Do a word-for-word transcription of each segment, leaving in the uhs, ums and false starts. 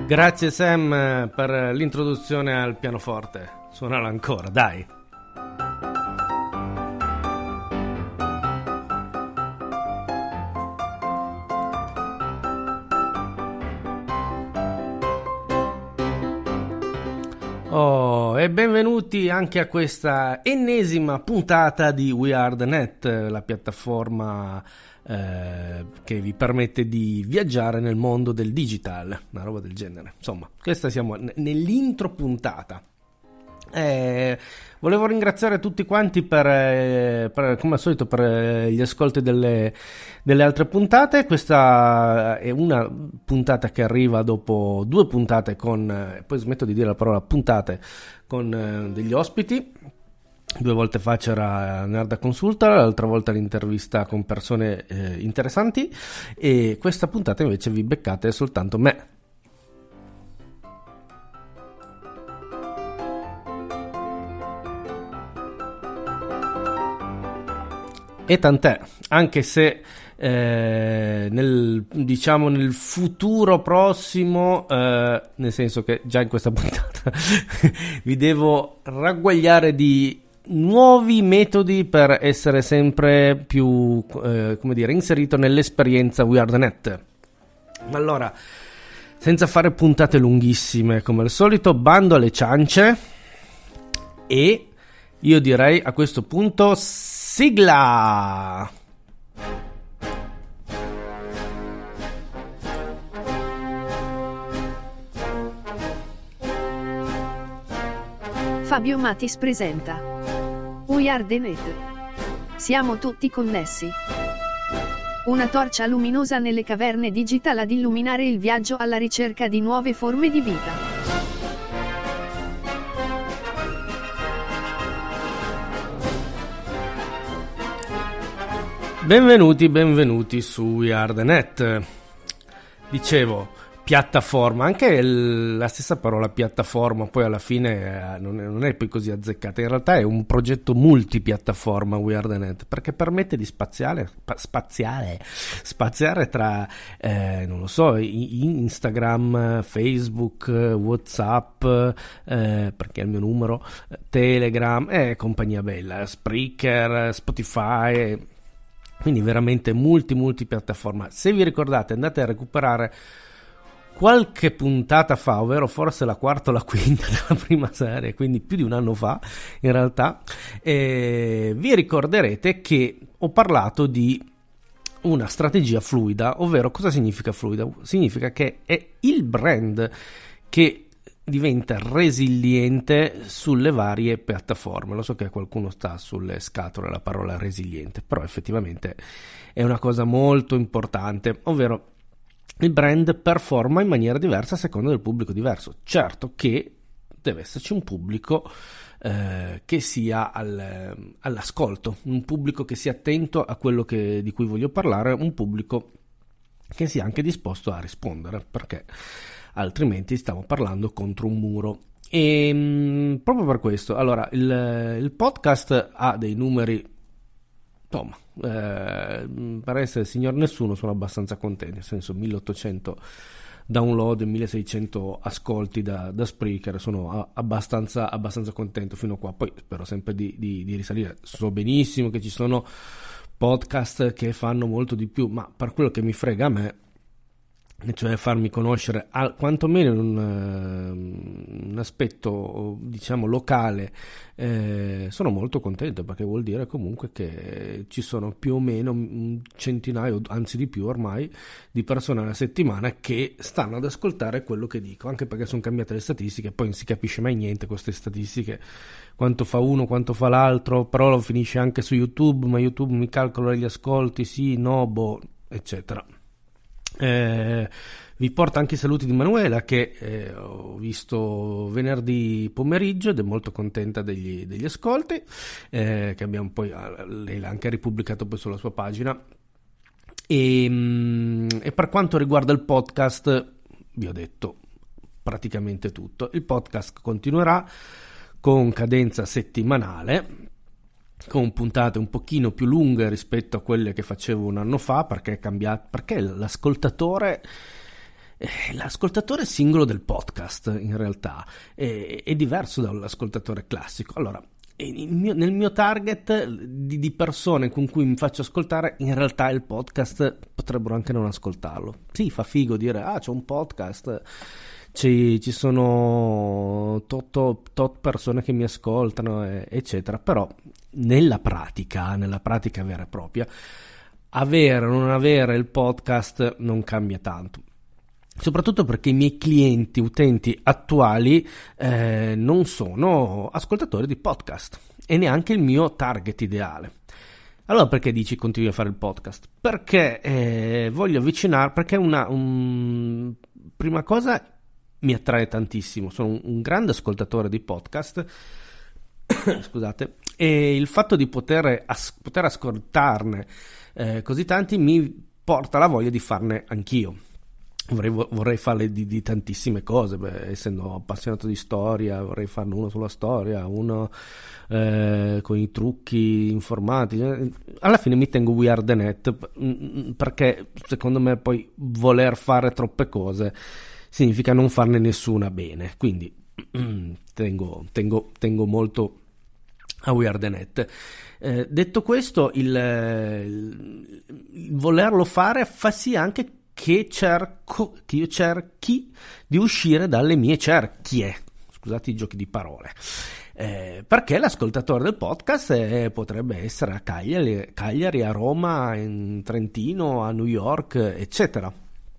Grazie Sam per l'introduzione al pianoforte. Suonala ancora, dai. Oh, e benvenuti anche a questa ennesima puntata di We Are The Net, la piattaforma eh, che vi permette di viaggiare nel mondo del digital, una roba del genere. Insomma, questa siamo n- nell'intro puntata. Eh, volevo ringraziare tutti quanti per, eh, per come al solito per eh, gli ascolti delle, delle altre puntate. Questa è una puntata che arriva dopo due puntate con eh, poi smetto di dire la parola puntate con eh, degli ospiti. Due volte fa c'era Nerda Consulta, l'altra volta l'intervista con persone eh, interessanti, e questa puntata invece vi beccate soltanto me. E tant'è, anche se eh, nel, diciamo nel futuro prossimo, eh, nel senso che già in questa puntata vi devo ragguagliare di nuovi metodi per essere sempre più, eh, come dire, inserito nell'esperienza We Are The Net. Ma allora, senza fare puntate lunghissime come al solito, bando alle ciance e io direi a questo punto sigla! Fabio Matis presenta We Are The Net. Siamo tutti connessi. Una torcia luminosa nelle caverne digital ad illuminare il viaggio alla ricerca di nuove forme di vita. Benvenuti, benvenuti su We Are The Net. Dicevo, piattaforma, anche il, la stessa parola piattaforma poi alla fine eh, non, è, non è poi così azzeccata. In realtà è un progetto multipiattaforma We Are The Net, perché permette di spaziare, spaziare, spaziare tra, eh, non lo so, Instagram, Facebook, WhatsApp, eh, perché è il mio numero, Telegram e eh, compagnia bella, Spreaker, Spotify. Quindi veramente multi multi piattaforma. Se vi ricordate, andate a recuperare qualche puntata fa, ovvero forse la quarta o la quinta della prima serie, quindi più di un anno fa in realtà, eh, vi ricorderete che ho parlato di una strategia fluida. Ovvero, cosa significa fluida? Significa che è il brand che diventa resiliente sulle varie piattaforme. Lo so che qualcuno sta sulle scatole la parola resiliente, però effettivamente è una cosa molto importante, ovvero il brand performa in maniera diversa a seconda del pubblico diverso. Certo che deve esserci un pubblico eh, che sia al, all'ascolto, un pubblico che sia attento a quello che, di cui voglio parlare, un pubblico che sia anche disposto a rispondere, perché altrimenti stiamo parlando contro un muro. E mh, proprio per questo, allora, il, il podcast ha dei numeri, insomma, eh, per essere signor nessuno sono abbastanza contento, nel senso milleottocento download e milleseicento ascolti da, da Spreaker, sono abbastanza, abbastanza contento fino a qua. Poi spero sempre di, di, di risalire. So benissimo che ci sono podcast che fanno molto di più, ma per quello che mi frega a me, cioè farmi conoscere al, quantomeno in un, un aspetto diciamo locale, eh, sono molto contento, perché vuol dire comunque che ci sono più o meno un centinaio, anzi di più ormai, di persone alla settimana che stanno ad ascoltare quello che dico, anche perché sono cambiate le statistiche. Poi non si capisce mai niente con queste statistiche, quanto fa uno, quanto fa l'altro, però lo finisce anche su YouTube, ma YouTube mi calcola gli ascolti, sì, no, boh, eccetera. Eh, vi porto anche i saluti di Manuela, che eh, ho visto venerdì pomeriggio ed è molto contenta degli, degli ascolti, eh, che abbiamo poi, lei l'ha anche ripubblicato poi sulla sua pagina. E, e per quanto riguarda il podcast, vi ho detto praticamente tutto. Il podcast continuerà con cadenza settimanale, con puntate un pochino più lunghe rispetto a quelle che facevo un anno fa, perché è cambiato, perché l'ascoltatore Eh, l'ascoltatore singolo del podcast in realtà è, è diverso dall'ascoltatore classico. Allora, il mio, nel mio target di, di persone con cui mi faccio ascoltare, in realtà il podcast potrebbero anche non ascoltarlo. Sì, fa figo dire ah c'è un podcast, ci, ci sono tot, tot, tot persone che mi ascoltano, eh, eccetera. Però nella pratica, nella pratica vera e propria, avere o non avere il podcast non cambia tanto. Soprattutto perché i miei clienti, utenti attuali eh, non sono ascoltatori di podcast e neanche il mio target ideale. Allora perché dici continui a fare il podcast? Perché eh, voglio avvicinare, perché una un, prima cosa mi attrae tantissimo, sono un, un grande ascoltatore di podcast, scusate, e il fatto di poter, as, poter ascoltarne eh, così tanti mi porta la voglia di farne anch'io. Vorrei, vorrei farle di, di tantissime cose, beh, essendo appassionato di storia vorrei farne uno sulla storia, uno eh, con i trucchi informatici. Alla fine mi tengo We Are The Net, perché secondo me poi voler fare troppe cose significa non farne nessuna bene, quindi tengo, tengo, tengo molto a We Are The Net. Eh, detto questo, il, il, il volerlo fare fa sì anche che cerco che io cerchi di uscire dalle mie cerchie, scusate i giochi di parole, eh, perché l'ascoltatore del podcast eh, potrebbe essere a Cagliari, Cagliari, a Roma, in Trentino, a New York, eccetera,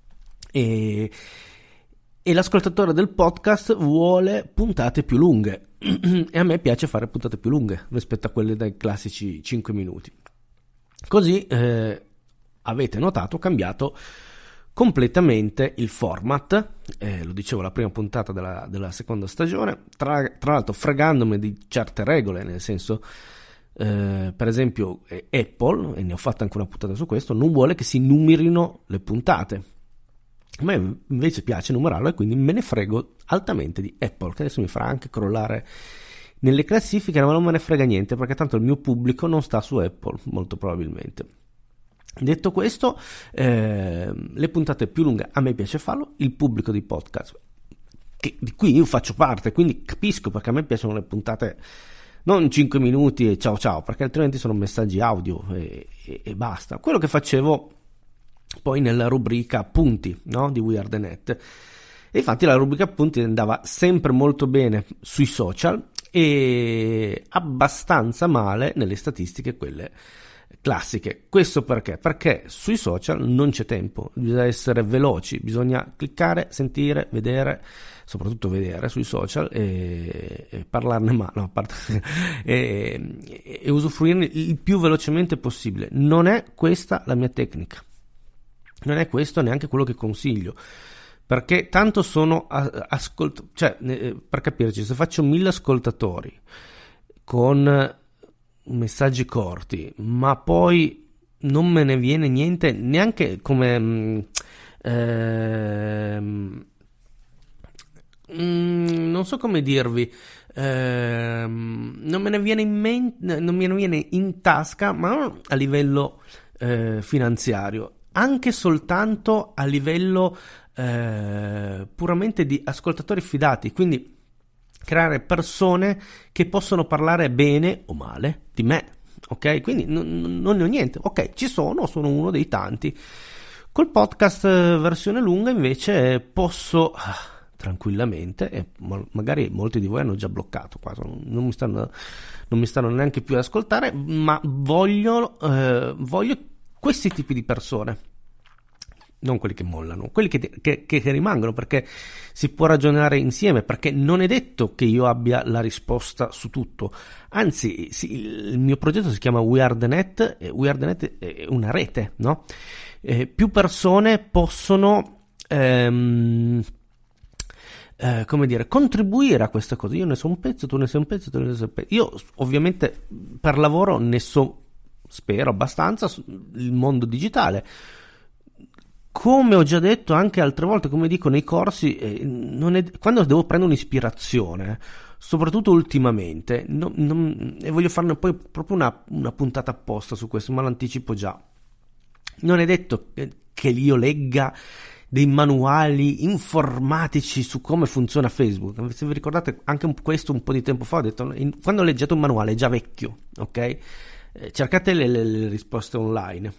e, e l'ascoltatore del podcast vuole puntate più lunghe e a me piace fare puntate più lunghe rispetto a quelle dai classici cinque minuti. Così eh, avete notato, ho cambiato completamente il format, eh, lo dicevo la prima puntata della, della seconda stagione, tra, tra l'altro fregandomi di certe regole, nel senso eh, per esempio eh, Apple, e ne ho fatta anche una puntata su questo, non vuole che si numerino le puntate. A me invece piace numerarlo e quindi me ne frego altamente di Apple, che adesso mi farà anche crollare nelle classifiche, ma non me ne frega niente perché tanto il mio pubblico non sta su Apple, molto probabilmente. Detto questo, eh, le puntate più lunghe a me piace farlo, il pubblico di podcast, che, di cui io faccio parte, quindi capisco perché a me piacciono le puntate non cinque minuti e ciao ciao, perché altrimenti sono messaggi audio e, e, e basta. Quello che facevo poi nella rubrica appunti, no, di We Are The Net, e infatti la rubrica appunti andava sempre molto bene sui social e abbastanza male nelle statistiche quelle classiche. Questo perché? Perché sui social non c'è tempo, bisogna essere veloci, bisogna cliccare, sentire, vedere, soprattutto vedere sui social e, e parlarne ma no, a parte, e, e, e usufruirne il più velocemente possibile. Non è questa la mia tecnica, non è questo neanche quello che consiglio, perché tanto sono ascolt- cioè per capirci, se faccio mille ascoltatori con messaggi corti, ma poi non me ne viene niente neanche come ehm, non so come dirvi, ehm, non me ne viene in mente, non me ne viene in tasca, ma a livello eh, finanziario, anche soltanto a livello eh, puramente di ascoltatori fidati, quindi creare persone che possono parlare bene o male di me, ok? Quindi non, non ne ho niente, ok, ci sono, sono uno dei tanti. Col podcast versione lunga invece posso tranquillamente, e magari molti di voi hanno già bloccato qua, non mi stanno, non mi stanno neanche più ad ascoltare, ma voglio, eh, voglio questi tipi di persone, non quelli che mollano, quelli che, che, che rimangono, perché si può ragionare insieme, perché non è detto che io abbia la risposta su tutto, anzi sì, il mio progetto si chiama We Are The Net, e We Are The Net è una rete, no? Eh, più persone possono ehm, eh, come dire, contribuire a questa cosa. Io ne so un pezzo, tu ne sei un pezzo, tu ne sei un pezzo. Io ovviamente per lavoro ne so, spero abbastanza, il mondo digitale. Come ho già detto anche altre volte, come dico nei corsi, eh, non è, quando devo prendere un'ispirazione, soprattutto ultimamente, non, non, e voglio farne poi proprio una, una puntata apposta su questo, ma l'anticipo già. Non è detto che, che io legga dei manuali informatici su come funziona Facebook. Se vi ricordate, anche un, questo un po' di tempo fa ho detto, in, quando leggete un manuale è già vecchio, ok? Eh, cercate le, le, le risposte online.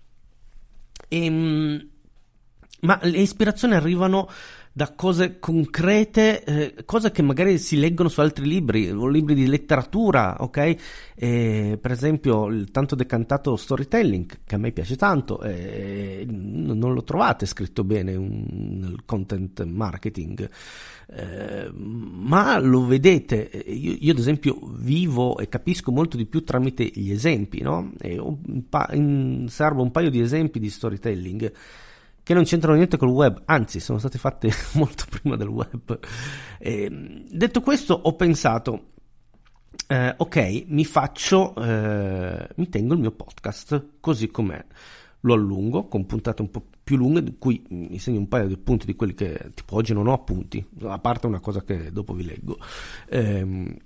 E, ma le ispirazioni arrivano da cose concrete, eh, cose che magari si leggono su altri libri, o libri di letteratura, ok? Eh, per esempio il tanto decantato storytelling, che a me piace tanto, eh, non lo trovate scritto bene un, nel content marketing, eh, ma lo vedete. Io, io ad esempio vivo e capisco molto di più tramite gli esempi, no? E un pa- in, servo un paio di esempi di storytelling che non c'entrano niente col web, anzi sono state fatte molto prima del web. E, detto questo, ho pensato, eh, ok, mi faccio, eh, mi tengo il mio podcast così com'è, lo allungo con puntate un po' più lunghe, di cui mi segno un paio di appunti di quelli che, tipo oggi non ho appunti, a parte una cosa che dopo vi leggo. Eh,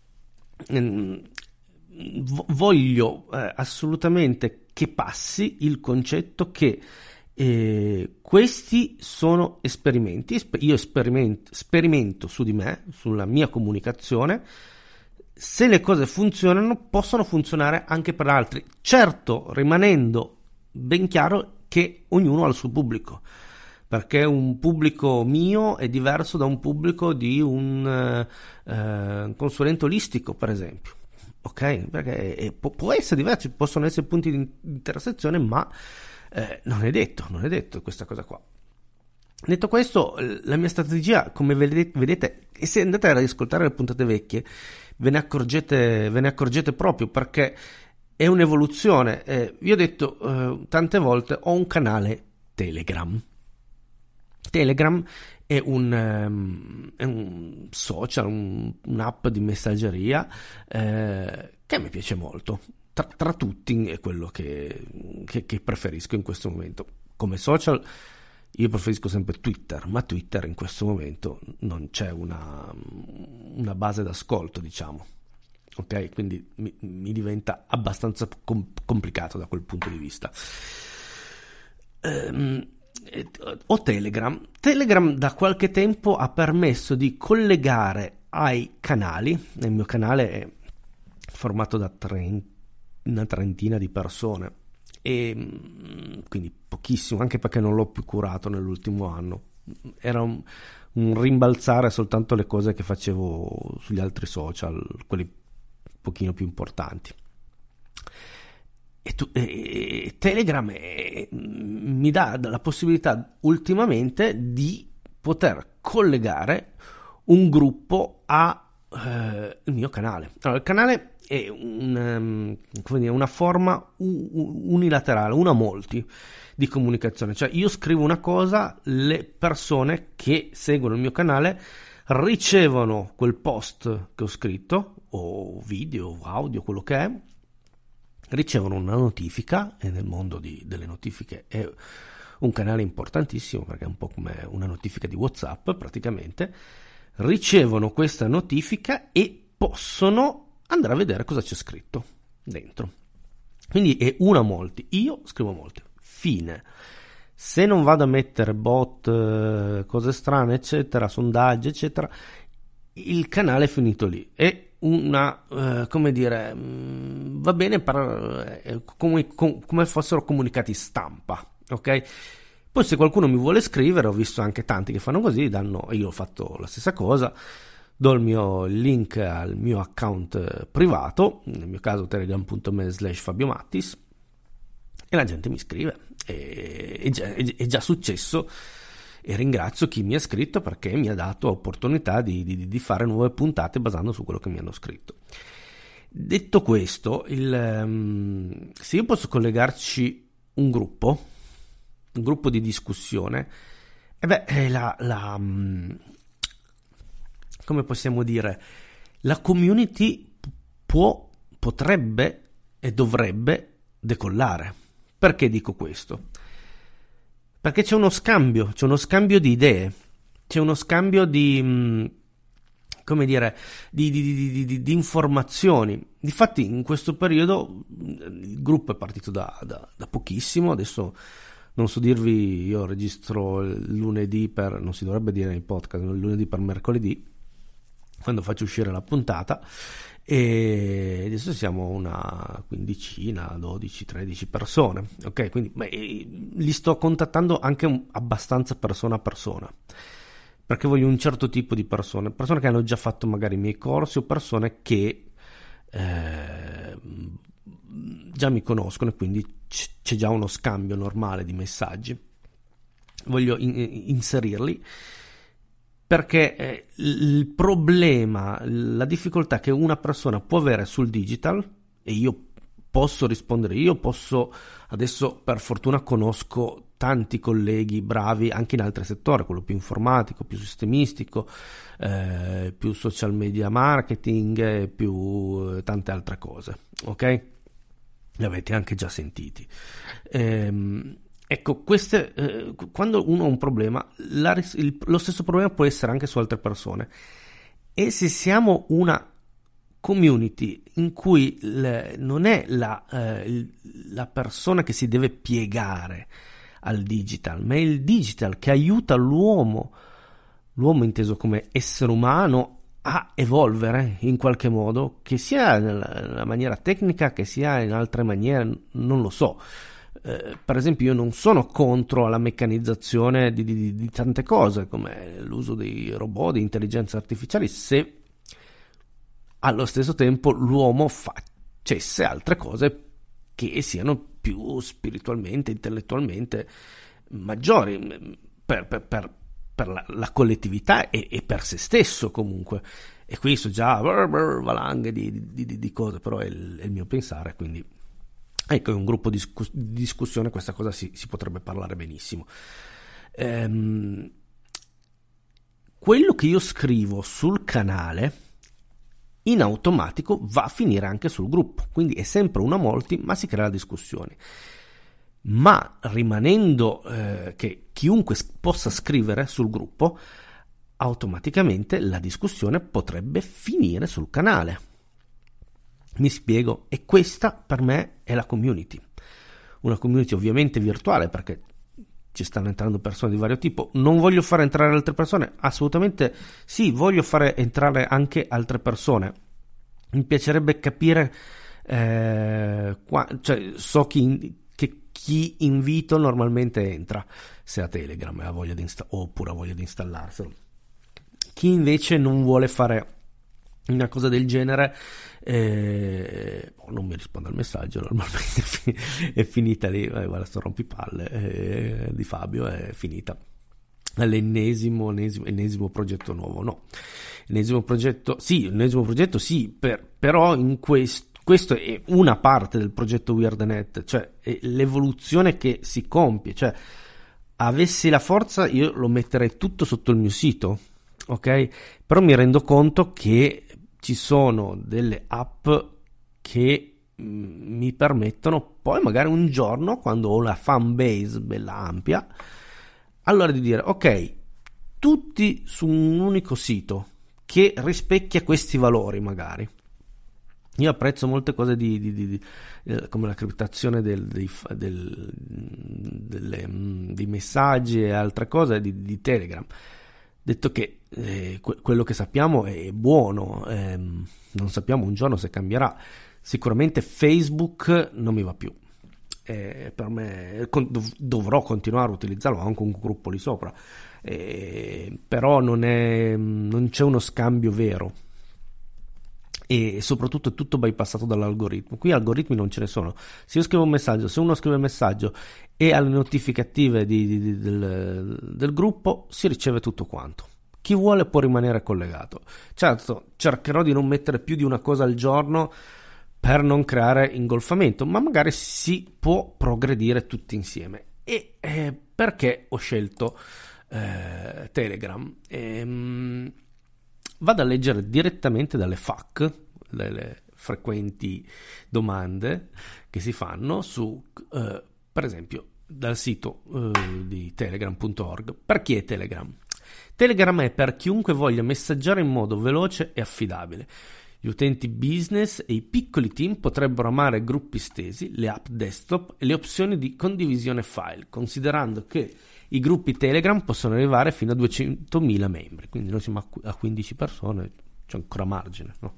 voglio eh, assolutamente che passi il concetto che E questi sono esperimenti. Io esperimento, sperimento su di me, sulla mia comunicazione. Se le cose funzionano, possono funzionare anche per altri, certo rimanendo ben chiaro che ognuno ha il suo pubblico, perché un pubblico mio è diverso da un pubblico di un eh, consulente olistico, per esempio, ok? Perché eh, può, può essere diverso, possono essere punti di intersezione, ma Eh, non è detto, non è detto questa cosa qua. Detto questo, la mia strategia, come vedete, vedete, e se andate a riascoltare le puntate vecchie, ve ne accorgete, ve ne accorgete proprio, perché è un'evoluzione. Eh, vi ho detto eh, tante volte, ho un canale Telegram. Telegram è un, um, è un social, un, un'app di messaggeria eh, che mi piace molto. Tra, tra tutti è quello che, che, che preferisco in questo momento. Come social io preferisco sempre Twitter, ma Twitter in questo momento non c'è una, una base d'ascolto, diciamo, ok? Quindi mi, mi diventa abbastanza com- complicato da quel punto di vista. Ehm, o Telegram. Telegram da qualche tempo ha permesso di collegare ai canali. Il mio canale è formato da trenta una trentina di persone, e quindi pochissimo, anche perché non l'ho più curato nell'ultimo anno. Era un, un rimbalzare soltanto le cose che facevo sugli altri social, quelli un pochino più importanti. E, tu, e, e Telegram è, mi dà la possibilità ultimamente di poter collegare un gruppo a eh, il mio canale. Allora, il canale è un, um, come dire, una forma unilaterale, una a molti di comunicazione. Cioè io scrivo una cosa, le persone che seguono il mio canale ricevono quel post che ho scritto, o video, o audio, quello che è, ricevono una notifica, e nel mondo di, delle notifiche è un canale importantissimo, perché è un po' come una notifica di WhatsApp praticamente. Ricevono questa notifica e possono andare a vedere cosa c'è scritto dentro. Quindi è una a molti, io scrivo molti, fine. Se non vado a mettere bot, cose strane eccetera, sondaggi eccetera, il canale è finito lì. È una eh, come dire, mh, va bene per, eh, come, com, come fossero comunicati stampa, ok? Poi se qualcuno mi vuole scrivere, ho visto anche tanti che fanno così, danno, io ho fatto la stessa cosa, do il mio link al mio account privato, nel mio caso telegram.me slash Fabio Mattis, e la gente mi scrive. E, è, già, è già successo, e ringrazio chi mi ha scritto, perché mi ha dato opportunità di, di, di fare nuove puntate basando su quello che mi hanno scritto. Detto questo, il, um, se io posso collegarci un gruppo, un gruppo di discussione, e beh, la, la um, come possiamo dire, la community può, potrebbe e dovrebbe decollare. Perché dico questo? Perché c'è uno scambio, c'è uno scambio di idee, c'è uno scambio di, come dire, di, di, di, di, di informazioni. Difatti in questo periodo il gruppo è partito da, da, da pochissimo, adesso non so dirvi, io registro il lunedì per, non si dovrebbe dire nei podcast, il lunedì per mercoledì, quando faccio uscire la puntata, e adesso siamo una quindicina, dodici, tredici persone, ok? Quindi beh, li sto contattando anche abbastanza persona a persona, perché voglio un certo tipo di persone, persone che hanno già fatto magari i miei corsi o persone che eh, già mi conoscono e quindi c- c'è già uno scambio normale di messaggi. Voglio in- inserirli perché eh, il problema, la difficoltà che una persona può avere sul digital, e io posso rispondere, io posso, adesso per fortuna conosco tanti colleghi bravi anche in altri settori, quello più informatico, più sistemistico, eh, più social media marketing, eh, più eh, tante altre cose, ok? Li avete anche già sentiti. Ehm, ecco, queste, eh, quando uno ha un problema, la, il, lo stesso problema può essere anche su altre persone, e se siamo una community in cui le, non è la, eh, la persona che si deve piegare al digital, ma è il digital che aiuta l'uomo, l'uomo inteso come essere umano, a evolvere in qualche modo, che sia nella, nella maniera tecnica, che sia in altre maniere, non lo so. Eh, per esempio, io non sono contro la meccanizzazione di, di, di tante cose, come l'uso dei robot, di intelligenza artificiali, se allo stesso tempo l'uomo facesse altre cose che siano più spiritualmente, intellettualmente maggiori per, per, per, per la, la collettività e, e per se stesso comunque. E qui so già brr, brr, valanghe di, di, di, di cose, però è il, è il mio pensare, quindi ecco, in un gruppo di discuss- discussione questa cosa si, si potrebbe parlare benissimo. Ehm, quello che io scrivo sul canale in automatico va a finire anche sul gruppo, quindi è sempre una molti, ma si crea la discussione. Ma rimanendo eh, che chiunque possa scrivere sul gruppo, automaticamente la discussione potrebbe finire sul canale. Mi spiego, e questa per me è la community. Una community ovviamente virtuale, perché ci stanno entrando persone di vario tipo. Non voglio fare entrare altre persone? Assolutamente sì, voglio fare entrare anche altre persone. Mi piacerebbe capire, eh, qua, cioè so chi, che chi invito normalmente entra, se ha Telegram e ha voglia di insta- oppure ha voglia di installarselo. Chi invece non vuole fare una cosa del genere, eh, non mi risponde al messaggio, normalmente è finita lì, eh, guarda sto rompipalle eh, di Fabio, è finita all'ennesimo ennesimo, ennesimo progetto nuovo. No, ennesimo progetto sì, ennesimo progetto sì, per, però in questo questo è una parte del progetto WeirdNet, cioè è l'evoluzione che si compie. Cioè, avessi la forza io lo metterei tutto sotto il mio sito, ok? Però mi rendo conto che ci sono delle app che mh, mi permettono poi magari un giorno, quando ho la fan base bella ampia, allora di dire ok, tutti su un unico sito che rispecchia questi valori magari. Io apprezzo molte cose di, di, di, di eh, come la criptazione del, dei, del, delle, mh, dei messaggi e altre cose di, di Telegram. Detto che eh, que- quello che sappiamo è buono, ehm, non sappiamo un giorno se cambierà. Sicuramente Facebook non mi va più. Eh, per me con- dov- dovrò continuare a utilizzarlo, ho anche un gruppo lì sopra, eh, però non, è, non c'è uno scambio vero. E soprattutto è tutto bypassato dall'algoritmo. Qui algoritmi non ce ne sono. Se io scrivo un messaggio, se uno scrive un messaggio e alle notifiche attive di, di, di, del, del gruppo si riceve tutto quanto. Chi vuole può rimanere collegato. Certo, cercherò di non mettere più di una cosa al giorno per non creare ingolfamento, ma magari si può progredire tutti insieme. E eh, perché ho scelto eh, Telegram? Ehm Vado a leggere direttamente dalle F A Q, le, le frequenti domande che si fanno su, eh, per esempio, dal sito eh, di telegram punto org. Per chi è Telegram? Telegram è per chiunque voglia messaggiare in modo veloce e affidabile. Gli utenti business e i piccoli team potrebbero amare gruppi stesi, le app desktop e le opzioni di condivisione file, considerando che i gruppi Telegram possono arrivare fino a duecentomila membri, quindi noi siamo a quindici persone, c'è ancora margine, no?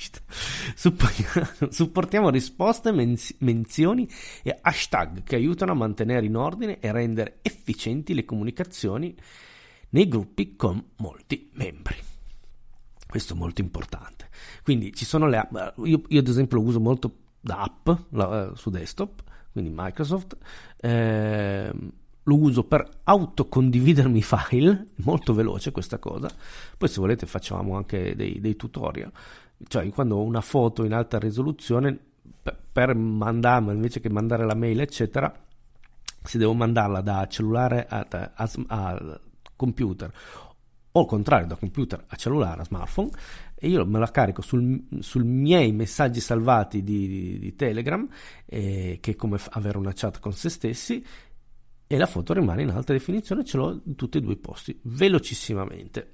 Supportiamo risposte, menz- menzioni e hashtag che aiutano a mantenere in ordine e rendere efficienti le comunicazioni nei gruppi con molti membri. Questo è molto importante. Quindi ci sono le app, io, io ad esempio lo uso molto da app la, su desktop, quindi Microsoft, eh, lo uso per autocondividermi i file, molto veloce questa cosa. Poi se volete facciamo anche dei, dei tutorial, cioè quando ho una foto in alta risoluzione per, per mandarla, invece che mandare la mail eccetera, se devo mandarla da cellulare a, a, a, a computer o al contrario da computer a cellulare, a smartphone, e io me la carico sul, sul miei messaggi salvati di, di, di Telegram, eh, che è come f- avere una chat con se stessi, e la foto rimane in alta definizione, ce l'ho in tutti e due i posti, velocissimamente.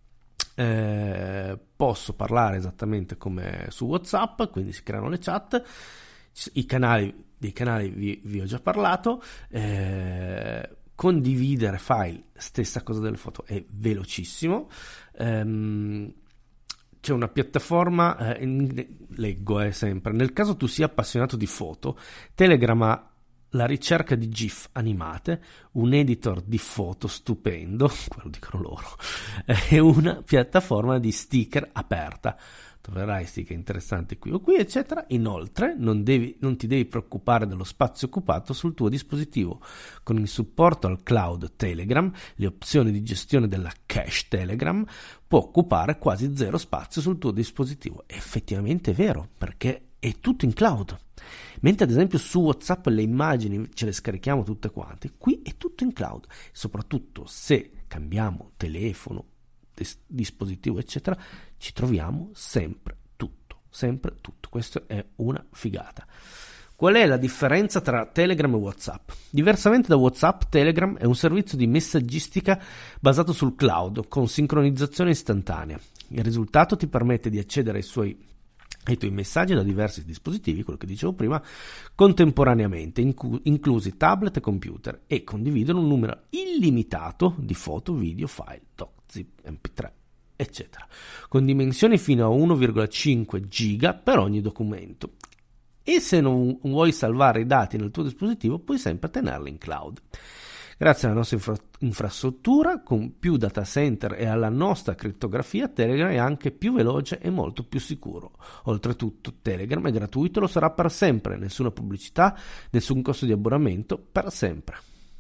Eh, posso parlare esattamente come su WhatsApp, quindi si creano le chat, i canali, dei canali vi, vi ho già parlato, eh, condividere file, stessa cosa delle foto, è velocissimo. Ehm, c'è una piattaforma, eh, in, leggo eh, sempre, nel caso tu sia appassionato di foto, Telegram ha la ricerca di GIF animate, un editor di foto stupendo, quello dicono loro, e una piattaforma di sticker aperta. Troverai sticker interessanti qui o qui, eccetera. Inoltre, non, devi, non ti devi preoccupare dello spazio occupato sul tuo dispositivo. Con il supporto al cloud Telegram, le opzioni di gestione della cache Telegram può occupare quasi zero spazio sul tuo dispositivo. È effettivamente vero, perché è tutto in cloud. Mentre ad esempio su WhatsApp le immagini ce le scarichiamo tutte quante, qui è tutto in cloud. Soprattutto se cambiamo telefono, dispositivo eccetera, ci troviamo sempre tutto, sempre tutto. Questo è una figata. Qual è la differenza tra Telegram e WhatsApp? Diversamente da WhatsApp, Telegram è un servizio di messaggistica basato sul cloud con sincronizzazione istantanea. Il risultato ti permette di accedere ai suoi ai tuoi messaggi da diversi dispositivi, quello che dicevo prima, contemporaneamente, inclu- inclusi tablet e computer, e condividono un numero illimitato di foto, video, file, doc, zip, emme pi tre, eccetera, con dimensioni fino a uno virgola cinque giga per ogni documento. E se non vuoi salvare i dati nel tuo dispositivo, puoi sempre tenerli in cloud. Grazie alla nostra infra- infrastruttura, con più data center e alla nostra crittografia, Telegram è anche più veloce e molto più sicuro. Oltretutto, Telegram è gratuito e lo sarà per sempre, nessuna pubblicità, nessun costo di abbonamento, per sempre.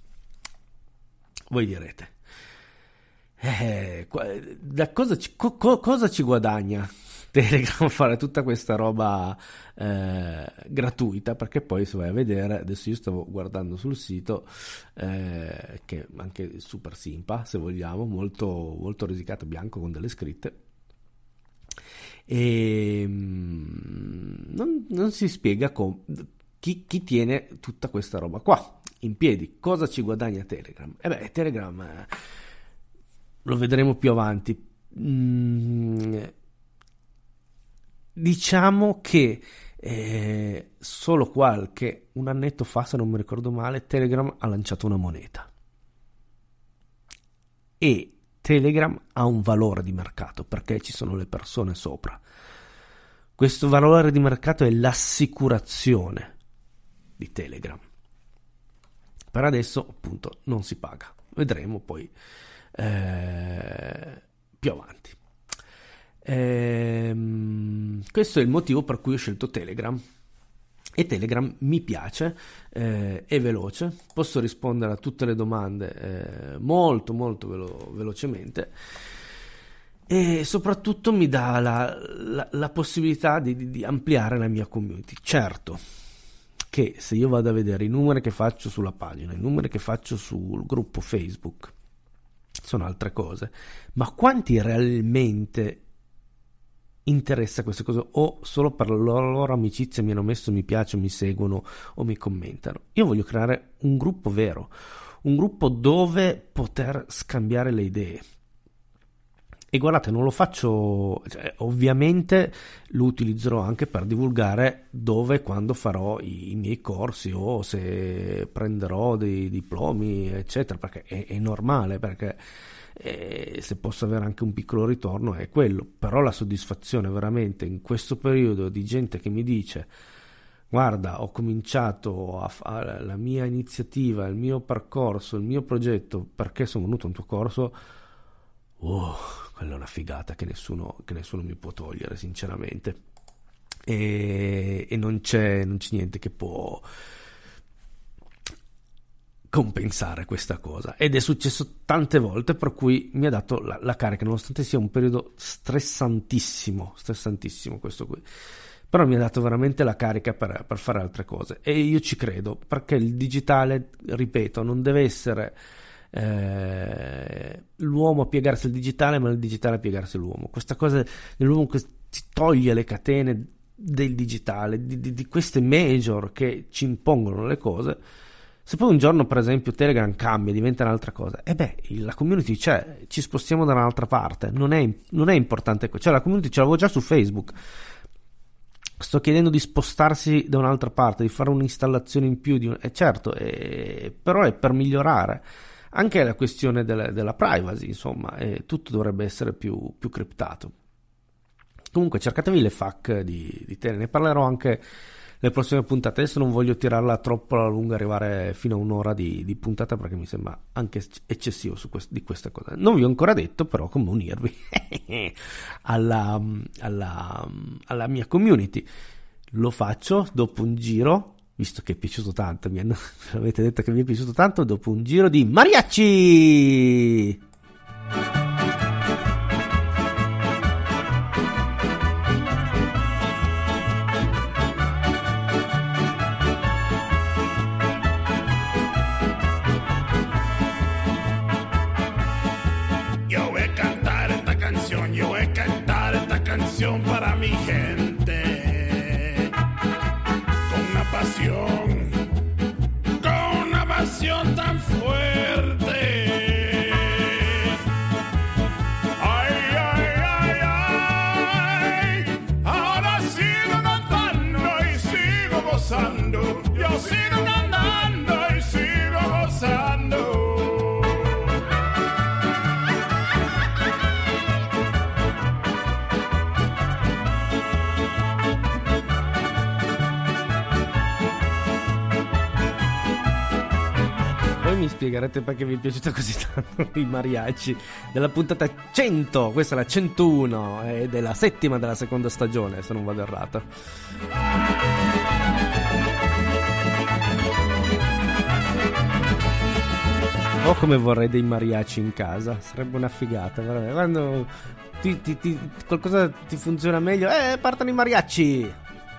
Voi direte, eh, da cosa ci, co- cosa ci guadagna Telegram fare tutta questa roba eh, gratuita? Perché poi se vai a vedere, adesso io stavo guardando sul sito, eh, che è anche super simpa se vogliamo, molto, molto risicato, bianco con delle scritte, e mh, non, non si spiega com- chi, chi tiene tutta questa roba qua in piedi. Cosa ci guadagna Telegram? E eh beh, Telegram eh, lo vedremo più avanti. mm, Diciamo che eh, solo qualche, un annetto fa, se non mi ricordo male, Telegram ha lanciato una moneta. E Telegram ha un valore di mercato perché ci sono le persone sopra. Questo valore di mercato è l'assicurazione di Telegram. Per adesso, appunto, non si paga. Vedremo poi eh, più avanti. Ehm, questo è il motivo per cui ho scelto Telegram, e Telegram mi piace, eh, è veloce, posso rispondere a tutte le domande eh, molto molto velo- velocemente, e soprattutto mi dà la, la, la possibilità di, di, di ampliare la mia community. Certo che se io vado a vedere i numeri che faccio sulla pagina, i numeri che faccio sul gruppo Facebook, sono altre cose, ma quanti realmente interessa queste cose, o solo per la loro, loro amicizia mi hanno messo mi piace, mi seguono o mi commentano? Io voglio creare un gruppo vero, un gruppo dove poter scambiare le idee, E guardate, non lo faccio, cioè, ovviamente lo utilizzerò anche per divulgare dove e quando farò i, i miei corsi o se prenderò dei diplomi, eccetera, perché è, è normale, perché eh, se posso avere anche un piccolo ritorno è quello. Però la soddisfazione veramente in questo periodo di gente che mi dice: guarda, ho cominciato a fare la mia iniziativa, il mio percorso, il mio progetto perché sono venuto a un tuo corso, oh, quella è una figata che nessuno, che nessuno mi può togliere, sinceramente. E, e non c'è, non c'è niente che può compensare questa cosa. Ed è successo tante volte, per cui mi ha dato la, la carica, nonostante sia un periodo stressantissimo, stressantissimo questo qui. Però mi ha dato veramente la carica per, per fare altre cose. E io ci credo, perché il digitale, ripeto, non deve essere Eh, l'uomo a piegarsi al digitale, ma il digitale a piegarsi all'uomo. Questa cosa dell'uomo che si toglie le catene del digitale, di, di, di queste major che ci impongono le cose. Se poi un giorno, per esempio, Telegram cambia, diventa un'altra cosa, e beh, la community c'è, ci spostiamo da un'altra parte. Non è, non è importante, cioè la community ce l'avevo già su Facebook. Sto chiedendo di spostarsi da un'altra parte, di fare un'installazione in più di un... eh, certo, eh, però è per migliorare. Anche la questione della, della privacy, insomma, eh, tutto dovrebbe essere più, più criptato. Comunque cercatevi le F A Q di, di Telegram, ne parlerò anche nelle prossime puntate. Adesso non voglio tirarla troppo alla lunga, arrivare fino a un'ora di, di puntata, perché mi sembra anche eccessivo su quest, di questa cosa. Non vi ho ancora detto però come unirvi alla, alla, alla mia community. Lo faccio dopo un giro, visto che è piaciuto tanto, mi hanno, avete detto che mi è piaciuto tanto, dopo un giro di mariachi! Yo voy a cantar esta canción, yo voy a cantar esta canción para mi gente. Pasión, con una pasión tan fuerte. Ay, ay, ay, ay, ahora sigo cantando y sigo gozando. Yo sigo cantando y sigo gozando. Mi spiegherete perché vi è piaciuto così tanto i mariachi della puntata cento. Questa è la centouno ed è la settima della seconda stagione, se non vado errato. Oh, come vorrei dei mariachi in casa, sarebbe una figata veramente. Quando ti, ti, ti, qualcosa ti funziona meglio, eh, partono i mariachi.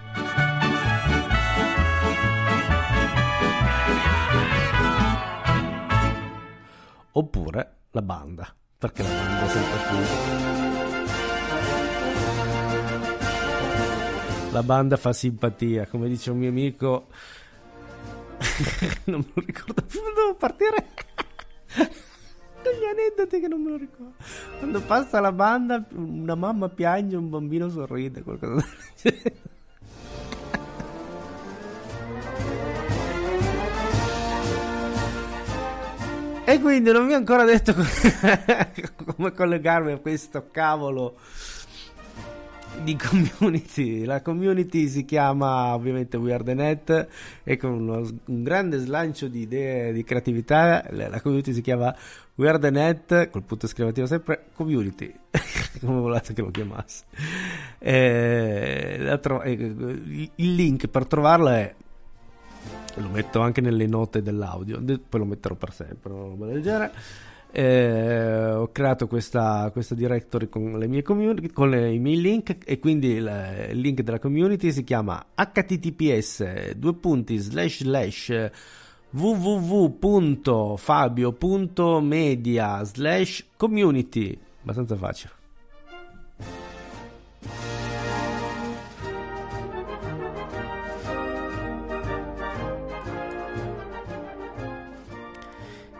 Oppure la banda, perché la banda è sempre figa. La banda fa simpatia, come dice un mio amico. Non me lo ricordo più, devo partire. Degli aneddoti che non me lo ricordo. Quando passa la banda, una mamma piange, un bambino sorride, qualcosa del genere. E quindi non vi ho ancora detto come collegarmi a questo cavolo di community. La community si chiama ovviamente We Are The Net, e con uno, un grande slancio di idee, di creatività, la community si chiama We Are The Net, col punto esclamativo sempre, community, come volete che lo chiamassi. E, tro- il link per trovarlo è, lo metto anche nelle note dell'audio, poi lo metterò per sempre, una roba del genere. Eh, ho creato questa, questa directory con le mie community, con le, i miei link, e quindi il, il link della community si chiama https due punti slash slash www.fabio.media slash community. Abbastanza facile.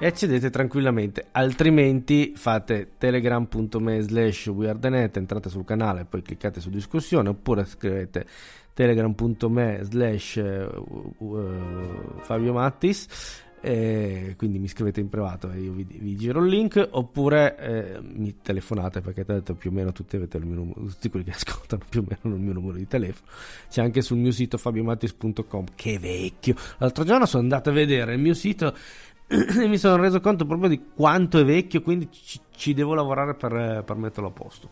e accedete tranquillamente, altrimenti fate telegram punto me slash weardenet, entrate sul canale, poi cliccate su discussione, oppure scrivete telegram punto me slash Fabio Mattis, e quindi mi scrivete in privato e io vi, vi giro il link, oppure eh, mi telefonate, perché detto, più o meno tutti avete il mio numero, tutti quelli che ascoltano più o meno il mio numero di telefono. C'è anche sul mio sito fabiomattis punto com, che vecchio. L'altro giorno sono andato a vedere il mio sito e mi sono reso conto proprio di quanto è vecchio, quindi ci, ci devo lavorare per, per metterlo a posto.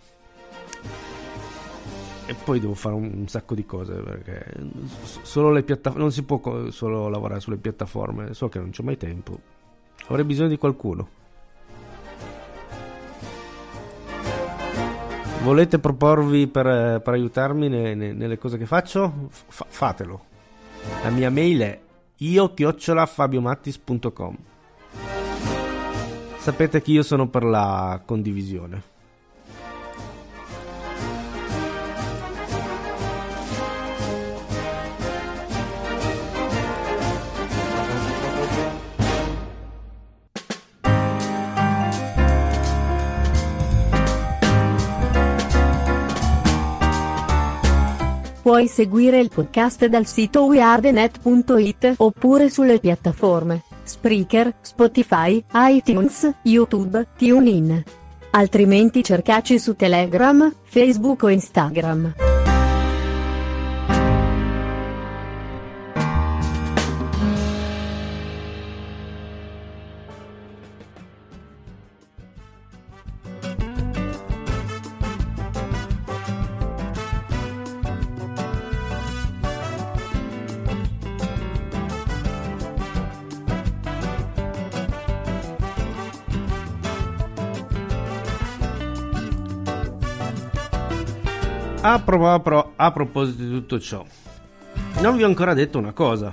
E poi devo fare un, un sacco di cose, perché solo le piattaforme, non si può co- solo lavorare sulle piattaforme, so che non c'ho mai tempo, avrei bisogno di qualcuno. Volete proporvi per, per aiutarmi ne, ne, nelle cose che faccio? F- fatelo. La mia mail è io chiocciola fabiomattis punto com. Sapete che io sono per la condivisione. Puoi seguire il podcast dal sito weardenet punto it oppure sulle piattaforme Spreaker, Spotify, iTunes, YouTube, TuneIn. Altrimenti cercaci su Telegram, Facebook o Instagram. A, pro, a, pro, a proposito di tutto ciò, non vi ho ancora detto una cosa.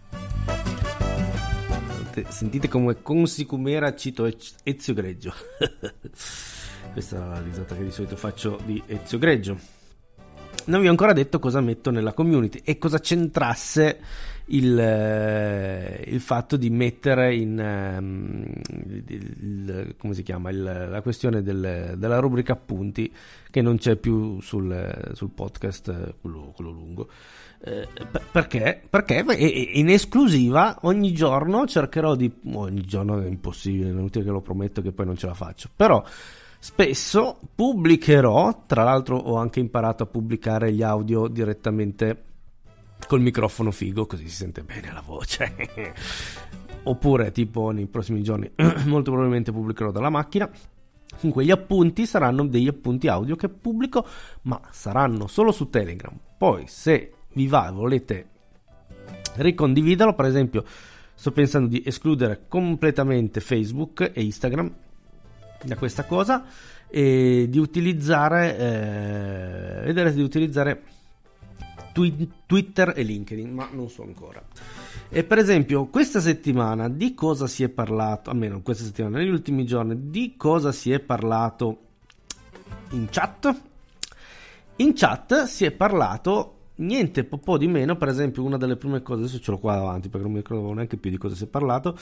Sentite come consicumera cito Ezio Greggio. Questa è la risata che di solito faccio di Ezio Greggio. Non vi ho ancora detto cosa metto nella community e cosa c'entrasse il, eh, il fatto di mettere in um, il, il, come si chiama il, la questione del, della rubrica appunti, che non c'è più sul, sul podcast, quello, quello lungo. Eh, perché? Perché in esclusiva ogni giorno cercherò di, ogni giorno è impossibile, è inutile che lo prometto che poi non ce la faccio, però spesso pubblicherò, tra l'altro ho anche imparato a pubblicare gli audio direttamente col microfono figo, così si sente bene la voce. Oppure tipo nei prossimi giorni molto probabilmente pubblicherò dalla macchina. Comunque gli appunti saranno degli appunti audio che pubblico, ma saranno solo su Telegram. Poi se vi va e volete ricondividerlo, per esempio sto pensando di escludere completamente Facebook e Instagram da questa cosa e di utilizzare eh, vedere di utilizzare twi- Twitter e LinkedIn, ma non so ancora. E per esempio questa settimana di cosa si è parlato, almeno questa settimana, negli ultimi giorni, di cosa si è parlato in chat? In chat si è parlato niente po', po' di meno, per esempio una delle prime cose, adesso ce l'ho qua davanti perché non mi ricordo neanche più di cosa si è parlato,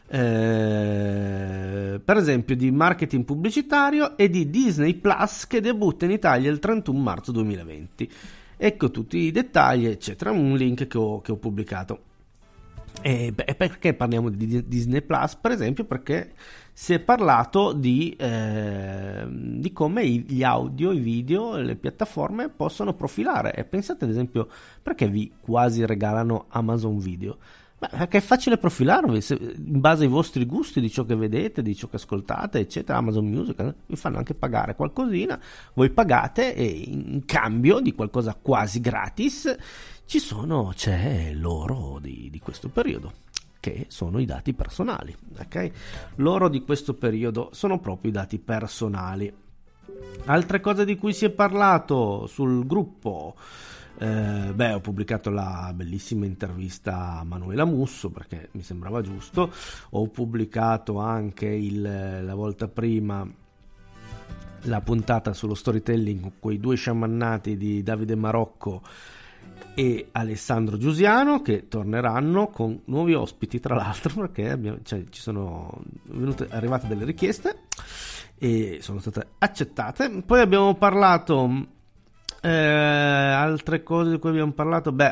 eh, per esempio di marketing pubblicitario e di Disney Plus che debutta in Italia il trentuno marzo duemilaventi. Ecco tutti i dettagli eccetera, un link che ho, che ho pubblicato. E beh, perché parliamo di Disney Plus? Per esempio perché si è parlato di, eh, di come gli audio, i video e le piattaforme possono profilare. E pensate ad esempio perché vi quasi regalano Amazon Video? Beh, perché è facile profilarvi se, in base ai vostri gusti, di ciò che vedete, di ciò che ascoltate eccetera. Amazon Music eh, vi fanno anche pagare qualcosina, voi pagate e in cambio di qualcosa quasi gratis ci sono, c'è l'oro di, di questo periodo, che sono i dati personali, ok? L'oro di questo periodo sono proprio i dati personali. Altre cose di cui si è parlato sul gruppo, eh, beh, ho pubblicato la bellissima intervista a Manuela Musso perché mi sembrava giusto, ho pubblicato anche il, la volta prima la puntata sullo storytelling con quei due sciamannati di Davide Marocco e Alessandro Giusiano, che torneranno con nuovi ospiti, tra l'altro, perché abbiamo, cioè, ci sono venute, arrivate delle richieste e sono state accettate. Poi abbiamo parlato eh, altre cose di cui abbiamo parlato, beh,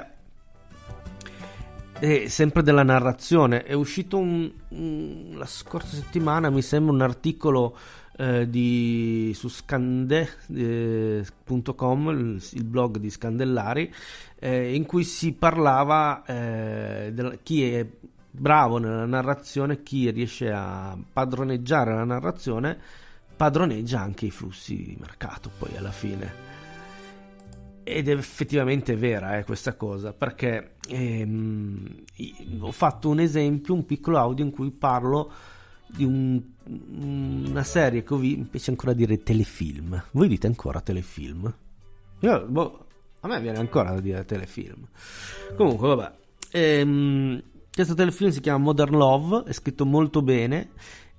eh, sempre della narrazione. È uscito un, un, la scorsa settimana, mi sembra, un articolo eh, di, su scande punto com, il, il blog di Scandellari, eh, in cui si parlava eh, di chi è bravo nella narrazione, chi riesce a padroneggiare la narrazione, padroneggia anche i flussi di mercato poi alla fine. Ed è effettivamente vera eh, questa cosa, perché ehm, ho fatto un esempio, un piccolo audio in cui parlo di un, una serie che ho visto, mi piace ancora dire telefilm. Voi dite ancora telefilm? Io, boh, a me viene ancora da dire telefilm. Comunque vabbè, ehm, questo telefilm si chiama Modern Love, è scritto molto bene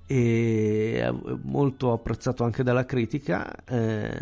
e è molto apprezzato anche dalla critica, eh,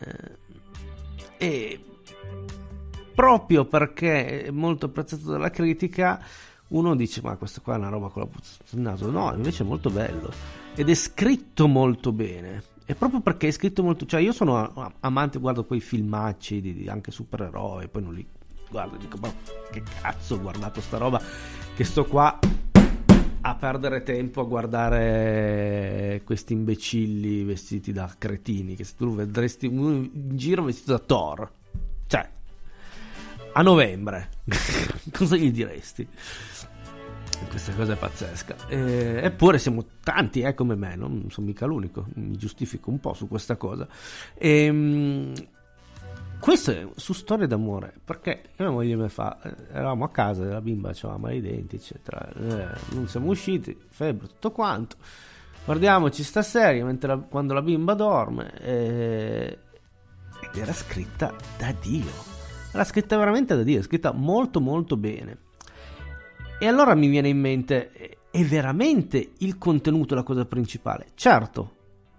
e proprio perché è molto apprezzato dalla critica uno dice ma questa qua è una roba con la puzza sul naso. No, invece è molto bello ed è scritto molto bene, e proprio perché è scritto molto, cioè io sono amante, guardo quei filmacci di, di anche supereroi, poi non li guardo e dico ma che cazzo ho guardato sta roba, che sto qua a perdere tempo a guardare questi imbecilli vestiti da cretini, che se tu vedresti uno in giro vestito da Thor, cioè a novembre cosa gli diresti? Questa cosa è pazzesca, e, eppure siamo tanti eh, come me, non sono mica l'unico, mi giustifico un po' su questa cosa. E, questo è su storie d'amore, perché io e mia moglie mi fa, eravamo a casa, la bimba aveva male ai denti eccetera, eh, non siamo usciti, febbre, tutto quanto, guardiamoci sta serie mentre la, quando la bimba dorme, eh, ed era scritta da Dio. Era scritta veramente da Dio, è scritta molto molto bene. E allora mi viene in mente, è veramente il contenuto la cosa principale? Certo,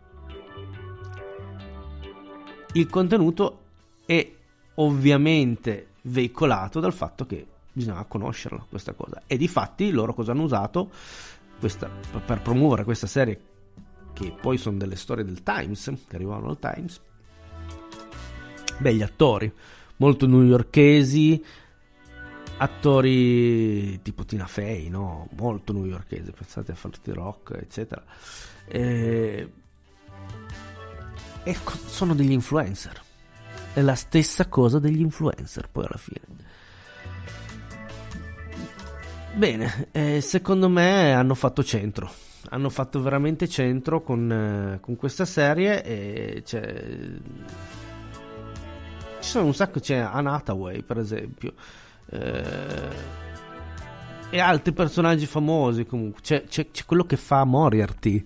il contenuto è ovviamente veicolato dal fatto che bisognava conoscerla questa cosa, e difatti loro cosa hanno usato questa, per promuovere questa serie, che poi sono delle storie del Times, che arrivavano al Times, beh, gli attori molto newyorkesi, attori tipo Tina Fey, no? Molto newyorkesi, pensate a Thirty Rock eccetera, e, e sono degli influencer, è la stessa cosa degli influencer poi alla fine. Bene, eh, secondo me hanno fatto centro, hanno fatto veramente centro con, eh, con questa serie, e c'è ci sono un sacco, c'è Anne Hathaway per esempio, eh, e altri personaggi famosi, comunque c'è, c'è, c'è quello che fa Moriarty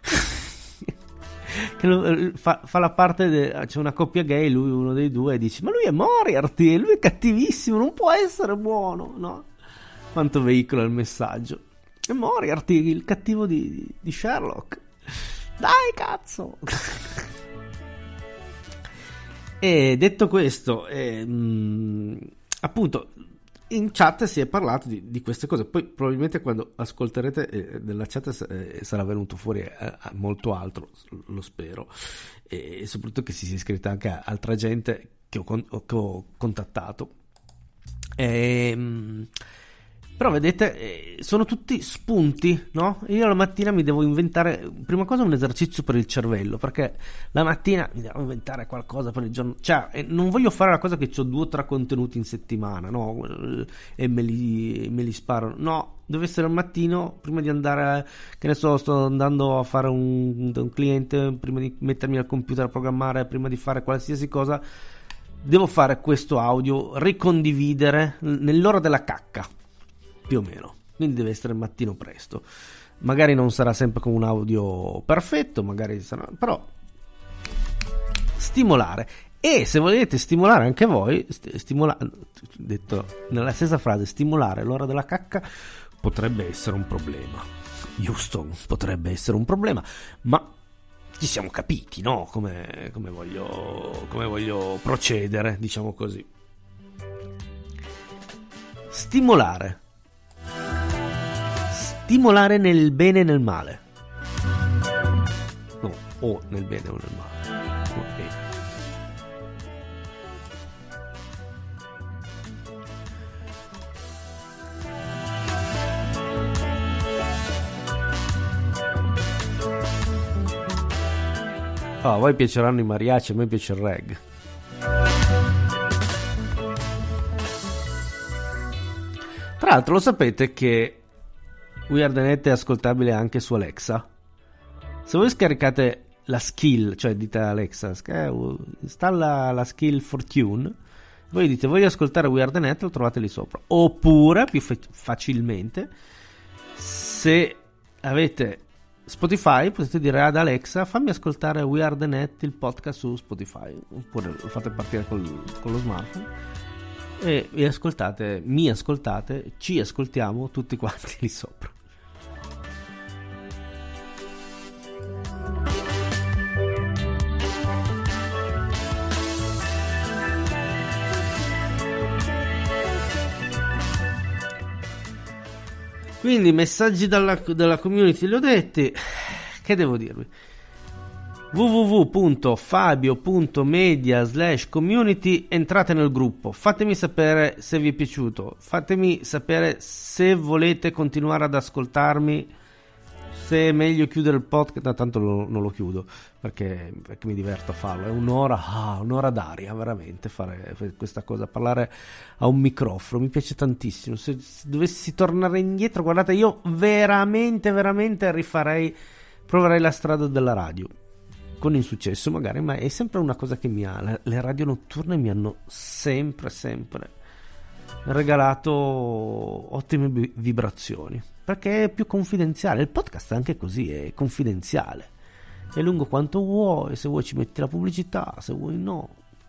che lo, fa, fa la parte de, c'è una coppia gay, lui uno dei due, e dice ma lui è Moriarty, lui è cattivissimo, non può essere buono, no? Quanto veicola il messaggio, è Moriarty il cattivo di, di Sherlock, dai cazzo. E detto questo, eh, mh, appunto in chat si è parlato di, di queste cose, poi probabilmente quando ascolterete eh, nella chat eh, sarà venuto fuori eh, molto altro, lo spero, e soprattutto che si sia iscritta anche a altra gente che ho, con, che ho contattato. E, mh, però vedete, eh, sono tutti spunti, no? Io la mattina mi devo inventare, prima cosa, un esercizio per il cervello, perché la mattina mi devo inventare qualcosa per il giorno, cioè eh, non voglio fare la cosa che ho due o tre contenuti in settimana, no? E me li, me li sparo, no, deve essere al mattino, prima di andare, che ne so, sto andando a fare un, un cliente, prima di mettermi al computer a programmare, prima di fare qualsiasi cosa, devo fare questo audio, ricondividere nell'ora della cacca, più o meno, quindi deve essere il mattino presto, magari non sarà sempre con un audio perfetto, magari sarà, però stimolare. E se volete stimolare anche voi, st- stimola- detto nella stessa frase, stimolare l'ora della cacca potrebbe essere un problema, Houston, potrebbe essere un problema, ma ci siamo capiti, no? Come, come voglio come voglio procedere, diciamo così. Stimolare. Stimolare nel bene e nel male. No, o nel bene o nel male. Ok. Oh, a voi piaceranno i mariachi, a me piace il reggae. Tra l'altro lo sapete che We Are The Net è ascoltabile anche su Alexa? Se voi scaricate la skill, cioè dite a Alexa, installa la skill Fortune, voi dite voglio ascoltare We Are The Net, lo trovate lì sopra. Oppure, più fa- facilmente, se avete Spotify, potete dire ad Alexa fammi ascoltare We Are The Net, il podcast su Spotify, oppure lo fate partire col, con lo smartphone e vi ascoltate, mi ascoltate, ci ascoltiamo tutti quanti lì sopra. Quindi messaggi dalla, dalla community li ho detti. Che devo dirvi? w w w punto fabio punto media slash community. Entrate nel gruppo, fatemi sapere se vi è piaciuto, fatemi sapere se volete continuare ad ascoltarmi, se è meglio chiudere il podcast. No, tanto lo, non lo chiudo perché, perché mi diverto a farlo. È un'ora, ah, un'ora d'aria veramente fare questa cosa, parlare a un microfono mi piace tantissimo. Se, se dovessi tornare indietro, guardate, io veramente veramente rifarei, proverei la strada della radio con insuccesso magari, ma è sempre una cosa che mi ha, le radio notturne mi hanno sempre sempre regalato ottime vibrazioni, perché è più confidenziale. Il podcast è anche così, è confidenziale, è lungo quanto vuoi, se vuoi ci metti la pubblicità, se vuoi no.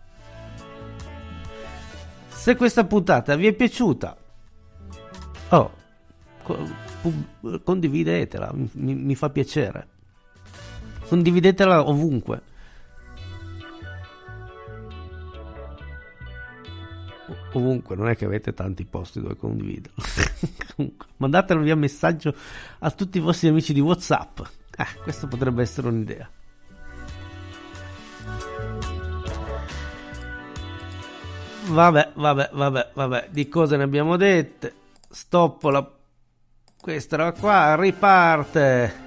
Se questa puntata vi è piaciuta, oh, co- condividetela, mi, mi fa piacere, condividetela ovunque. Ovunque, non è che avete tanti posti dove condividerlo. Mandatelo via messaggio a tutti i vostri amici di WhatsApp. Eh, questo potrebbe essere un'idea. Vabbè, vabbè, vabbè, vabbè. Di cose ne abbiamo dette. Stoppo la... Questa era qua. Riparte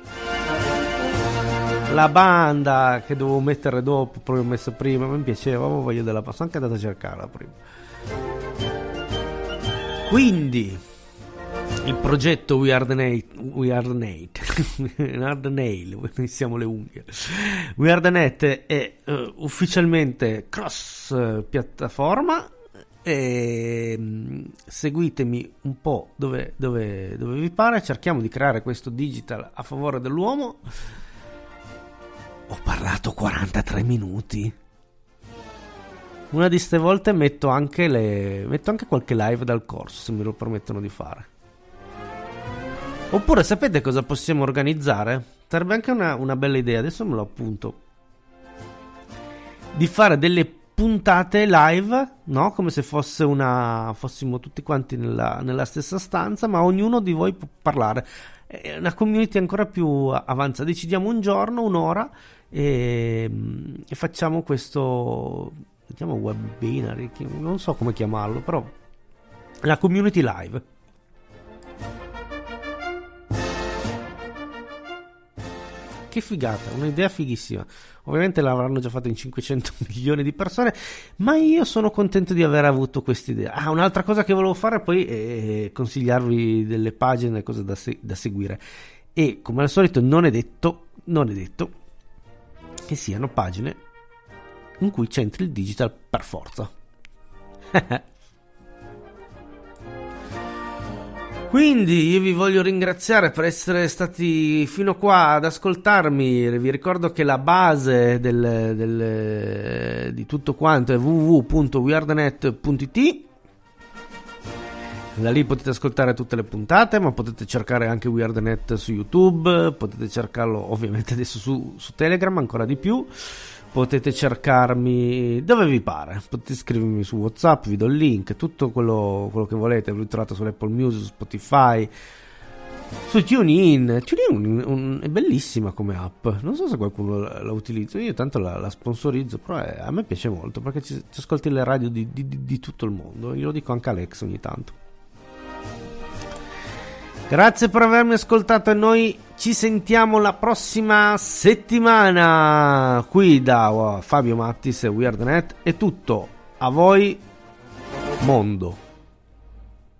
la banda che dovevo mettere dopo, poi ho messo prima. Mi piaceva, ma voglio della... Sono anche andato a cercarla prima. Quindi il progetto We Are The Nail, We Are The Nail, We Are The Nail, siamo le unghie. We Are The Net è uh, ufficialmente cross uh, piattaforma, e um, seguitemi un po' dove, dove, dove vi pare. Cerchiamo di creare questo digital a favore dell'uomo. Ho parlato quarantatré minuti. Una di ste volte metto anche le metto anche qualche live dal corso, se me lo permettono di fare. Oppure sapete cosa possiamo organizzare? Sarebbe anche una, una bella idea, adesso me lo appunto, di fare delle puntate live, no? Come se fosse una fossimo tutti quanti nella, nella stessa stanza, ma ognuno di voi può parlare. È una community ancora più avanzata. Decidiamo un giorno, un'ora e, e facciamo questo, diciamo webinar, non so come chiamarlo, però la community live. Che figata, un'idea fighissima. Ovviamente l'avranno già fatto in cinquecento milioni di persone, ma io sono contento di aver avuto quest'idea. Ah, un'altra cosa che volevo fare poi è consigliarvi delle pagine, cose da, se- da seguire. E come al solito non è detto, non è detto che siano pagine in cui c'entri il digital per forza. Quindi io vi voglio ringraziare per essere stati fino qua ad ascoltarmi. Vi ricordo che la base del, del, di tutto quanto è w w w punto we are the net punto i t. Da lì potete ascoltare tutte le puntate, ma potete cercare anche We Are The Net su YouTube, potete cercarlo ovviamente adesso su, su Telegram ancora di più, potete cercarmi dove vi pare, potete scrivermi su WhatsApp, vi do il link, tutto quello, quello che volete, l'ho trovato su Apple Music, su Spotify, su TuneIn. TuneIn un, è bellissima come app, non so se qualcuno la, la utilizza, io tanto la, la sponsorizzo, però è, a me piace molto perché ci, ci ascolti le radio di, di, di tutto il mondo, io lo dico anche a Alex ogni tanto. Grazie per avermi ascoltato e noi ci sentiamo la prossima settimana qui da uh, Fabio Mattis e We Are The Net. È tutto, a voi mondo.